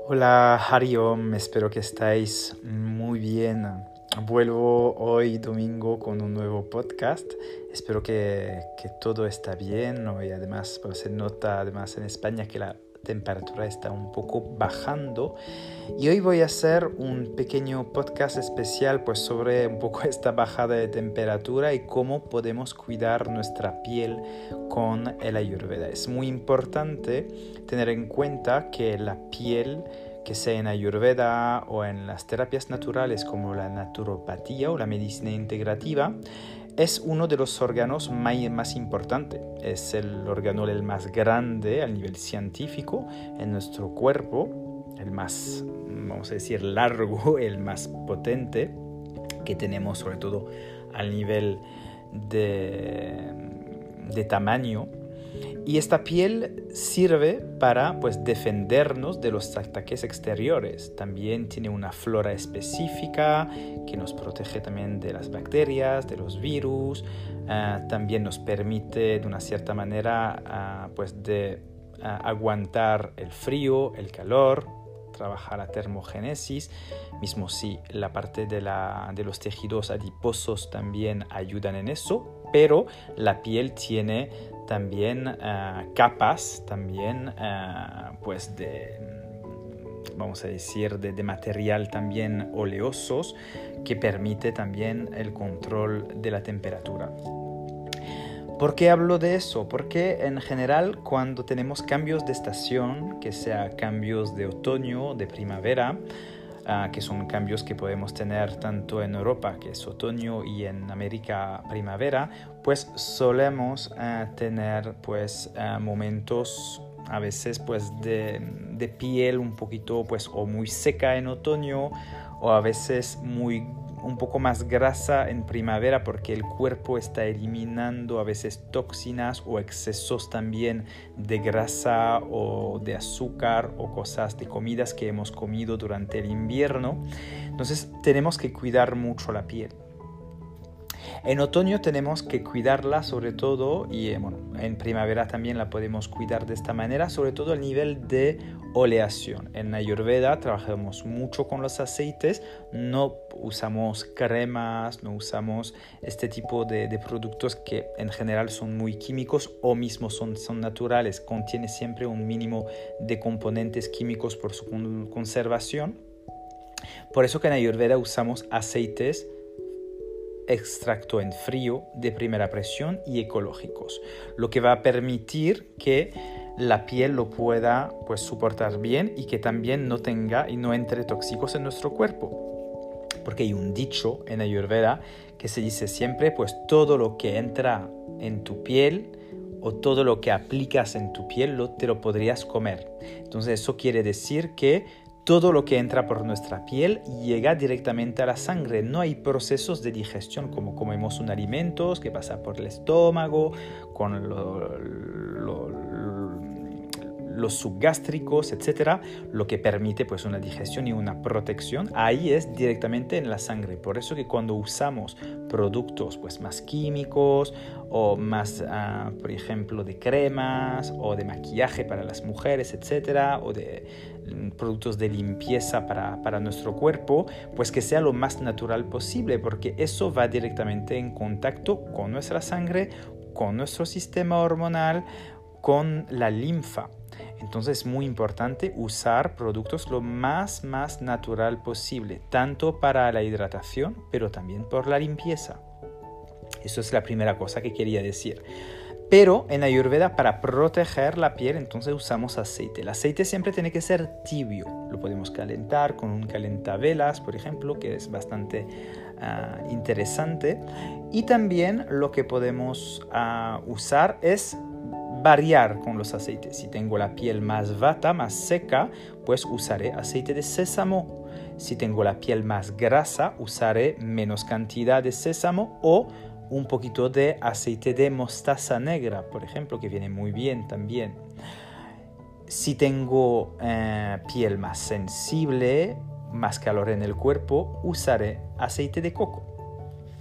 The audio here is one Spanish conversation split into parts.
Hola Hariom, espero que estáis muy bien. Vuelvo hoy domingo con un nuevo podcast. Espero que todo está bien, ¿no? Y además pues, se nota además en España que la temperatura está un poco bajando. Y hoy voy a hacer un pequeño podcast especial pues, sobre un poco esta bajada de temperatura y cómo podemos cuidar nuestra piel con el Ayurveda. Es muy importante tener en cuenta que la piel, que sea en Ayurveda o en las terapias naturales como la naturopatía o la medicina integrativa, es uno de los órganos más importantes. Es el órgano el más grande a nivel científico en nuestro cuerpo, el más, vamos a decir, largo, el más potente que tenemos, sobre todo al nivel de tamaño. Y esta piel sirve para pues, defendernos de los ataques exteriores. También tiene una flora específica que nos protege también de las bacterias, de los virus. También nos permite de una cierta manera pues, de aguantar el frío, el calor, trabajar la termogénesis, mismo si la parte de los tejidos adiposos también ayudan en eso, pero la piel tiene también capas también pues vamos a decir de material también oleosos que permite también el control de la temperatura. ¿Por qué hablo de eso? Porque en general cuando tenemos cambios de estación, que sea cambios de otoño, de primavera, que son cambios que podemos tener tanto en Europa, que es otoño, y en América primavera, pues solemos tener pues, momentos a veces pues, de piel un poquito pues, o muy seca en otoño o a veces un poco más grasa en primavera porque el cuerpo está eliminando a veces toxinas o excesos también de grasa o de azúcar o cosas de comidas que hemos comido durante el invierno. Entonces tenemos que cuidar mucho la piel. En otoño tenemos que cuidarla sobre todo y en primavera también la podemos cuidar de esta manera, sobre todo a nivel de oleación. En Ayurveda trabajamos mucho con los aceites, no usamos cremas, no usamos este tipo de productos que en general son muy químicos o mismo son naturales, contiene siempre un mínimo de componentes químicos por su conservación. Por eso que en Ayurveda usamos aceites extracto en frío de primera presión y ecológicos, lo que va a permitir que la piel lo pueda pues, soportar bien y que también no tenga y no entre tóxicos en nuestro cuerpo. Porque hay un dicho en Ayurveda que se dice siempre, pues todo lo que entra en tu piel o todo lo que aplicas en tu piel te lo podrías comer. Entonces eso quiere decir que todo lo que entra por nuestra piel llega directamente a la sangre. No hay procesos de digestión como comemos un alimento que pasa por el estómago, con los subgástricos, etc. Lo que permite pues, una digestión y una protección. Ahí es directamente en la sangre. Por eso que cuando usamos productos pues, más químicos o más, por ejemplo, de cremas o de maquillaje para las mujeres, etc. o de productos de limpieza para nuestro cuerpo, pues que sea lo más natural posible, porque eso va directamente en contacto con nuestra sangre, con nuestro sistema hormonal, con la linfa. Entonces es muy importante usar productos lo más natural posible, tanto para la hidratación, pero también por la limpieza. Eso es la primera cosa que quería decir. Pero en Ayurveda, para proteger la piel, entonces usamos aceite. El aceite siempre tiene que ser tibio. Lo podemos calentar con un calentavelas, por ejemplo, que es bastante interesante. Y también lo que podemos usar es variar con los aceites. Si tengo la piel más vata, más seca, pues usaré aceite de sésamo. Si tengo la piel más grasa, usaré menos cantidad de sésamo o un poquito de aceite de mostaza negra, por ejemplo, que viene muy bien también. Si tengo piel más sensible, más calor en el cuerpo, usaré aceite de coco.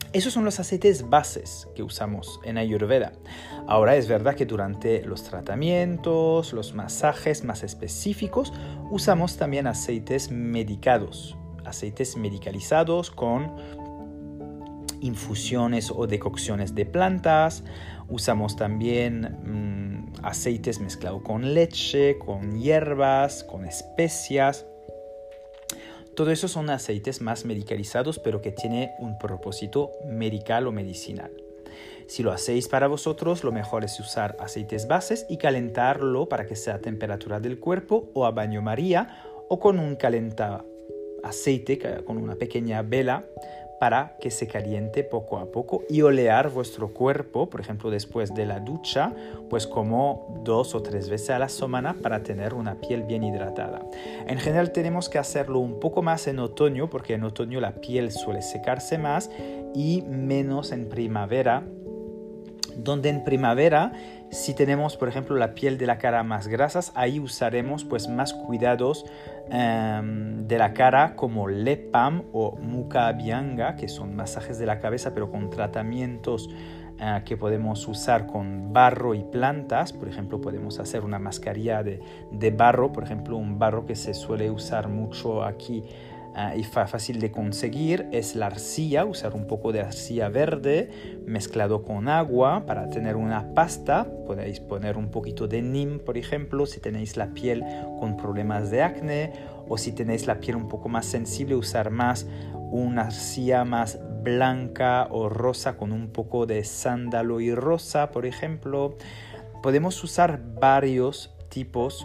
Esos son los aceites bases que usamos en Ayurveda. Ahora es verdad que durante los tratamientos, los masajes más específicos, usamos también aceites medicados, aceites medicalizados con infusiones o decocciones de plantas. Usamos también aceites mezclados con leche, con hierbas, con especias. Todo eso son aceites más medicalizados, pero que tienen un propósito medical o medicinal. Si lo hacéis para vosotros, lo mejor es usar aceites bases y calentarlo para que sea a temperatura del cuerpo o a baño María o con un aceite, con una pequeña vela, para que se caliente poco a poco y olear vuestro cuerpo, por ejemplo, después de la ducha, pues como 2 o 3 veces a la semana para tener una piel bien hidratada. En general tenemos que hacerlo un poco más en otoño, porque en otoño la piel suele secarse más y menos en primavera, donde en primavera, si tenemos, por ejemplo, la piel de la cara más grasas, ahí usaremos pues más cuidados de la cara como Lepam o Mukha Abhyanga, que son masajes de la cabeza pero con tratamientos que podemos usar con barro y plantas. Por ejemplo, podemos hacer una mascarilla de barro, por ejemplo, un barro que se suele usar mucho aquí y fácil de conseguir es la arcilla, usar un poco de arcilla verde mezclado con agua para tener una pasta. Podéis poner un poquito de neem, por ejemplo, si tenéis la piel con problemas de acné, o si tenéis la piel un poco más sensible, usar más una arcilla más blanca o rosa con un poco de sándalo y rosa, por ejemplo. Podemos usar varios tipos.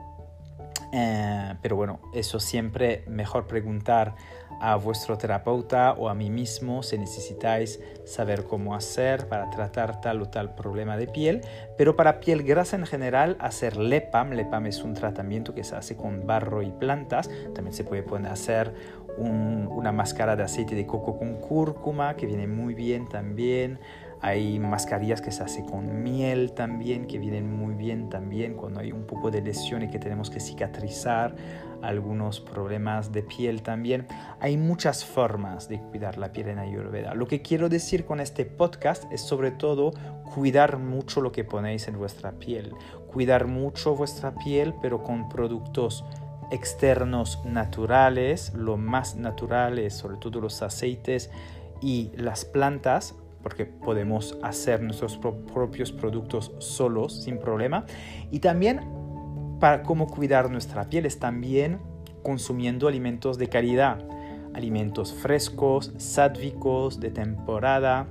Pero bueno, eso siempre mejor preguntar a vuestro terapeuta o a mí mismo si necesitáis saber cómo hacer para tratar tal o tal problema de piel. Pero para piel grasa en general, hacer Lepam. Lepam es un tratamiento que se hace con barro y plantas. También se puede hacer una máscara de aceite de coco con cúrcuma, que viene muy bien también. Hay mascarillas que se hacen con miel también, que vienen muy bien también cuando hay un poco de lesión y que tenemos que cicatrizar algunos problemas de piel también. Hay muchas formas de cuidar la piel en Ayurveda. Lo que quiero decir con este podcast es sobre todo cuidar mucho lo que ponéis en vuestra piel. Cuidar mucho vuestra piel, pero con productos externos naturales, lo más naturales, sobre todo los aceites y las plantas, porque podemos hacer nuestros propios productos solos sin problema. Y también para cómo cuidar nuestra piel es también consumiendo alimentos de calidad, alimentos frescos, sádvicos, de temporada,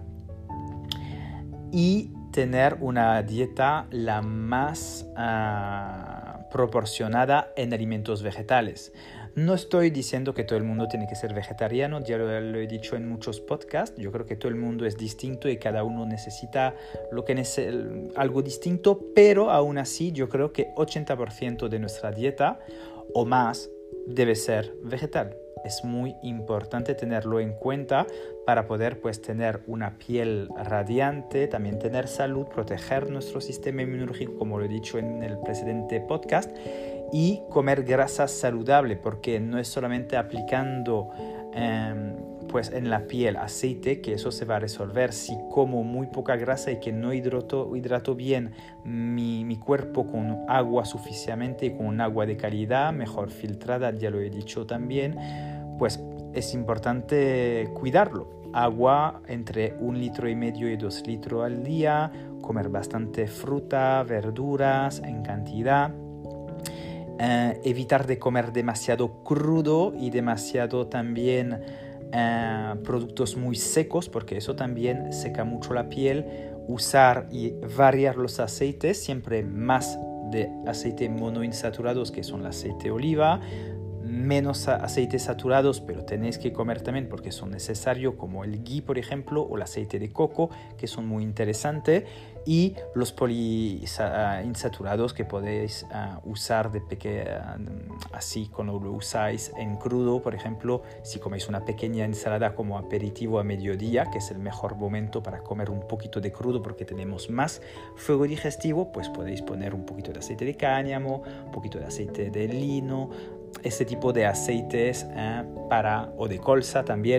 y tener una dieta la más proporcionada en alimentos vegetales. No estoy diciendo que todo el mundo tiene que ser vegetariano, ya lo he dicho en muchos podcasts. Yo creo que todo el mundo es distinto y cada uno necesita algo distinto, pero aún así yo creo que 80% de nuestra dieta o más debe ser vegetal. Es muy importante tenerlo en cuenta para poder tener una piel radiante, también tener salud, proteger nuestro sistema inmunológico, como lo he dicho en el precedente podcast, y comer grasa saludable, porque no es solamente aplicando en la piel aceite que eso se va a resolver. Si como muy poca grasa y que no hidrato bien mi cuerpo con agua suficientemente y con un agua de calidad, mejor filtrada, ya lo he dicho también, pues es importante cuidarlo. Agua entre 1,5 litros y 2 litros al día, comer bastante fruta, verduras en cantidad. Evitar de comer demasiado crudo y demasiado también productos muy secos, porque eso también seca mucho la piel. Usar y variar los aceites, siempre más de aceite monoinsaturados, que son el aceite de oliva, menos aceites saturados, pero tenéis que comer también porque son necesarios, como el ghee, por ejemplo, o el aceite de coco, que son muy interesantes, y los poliinsaturados que podéis usar así cuando lo usáis en crudo. Por ejemplo, si coméis una pequeña ensalada como aperitivo a mediodía, que es el mejor momento para comer un poquito de crudo porque tenemos más fuego digestivo, pues podéis poner un poquito de aceite de cáñamo, un poquito de aceite de lino, este tipo de aceites o de colza también,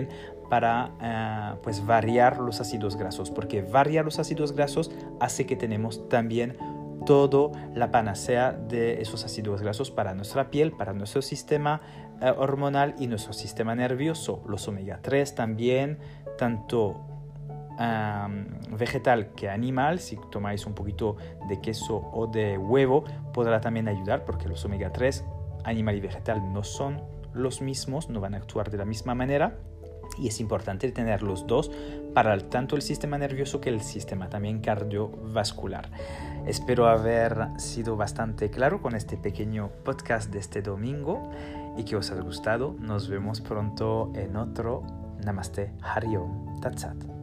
para pues variar los ácidos grasos, porque variar los ácidos grasos hace que tenemos también toda la panacea de esos ácidos grasos para nuestra piel, para nuestro sistema hormonal y nuestro sistema nervioso. Los omega 3 también, tanto vegetal que animal. Si tomáis un poquito de queso o de huevo, podrá también ayudar, porque los omega 3 animal y vegetal no son los mismos, no van a actuar de la misma manera, y es importante tener los dos para tanto el sistema nervioso que el sistema también cardiovascular. Espero haber sido bastante claro con este pequeño podcast de este domingo y que os haya gustado. Nos vemos pronto en otro. Namaste, Hari Om, Tat Sat.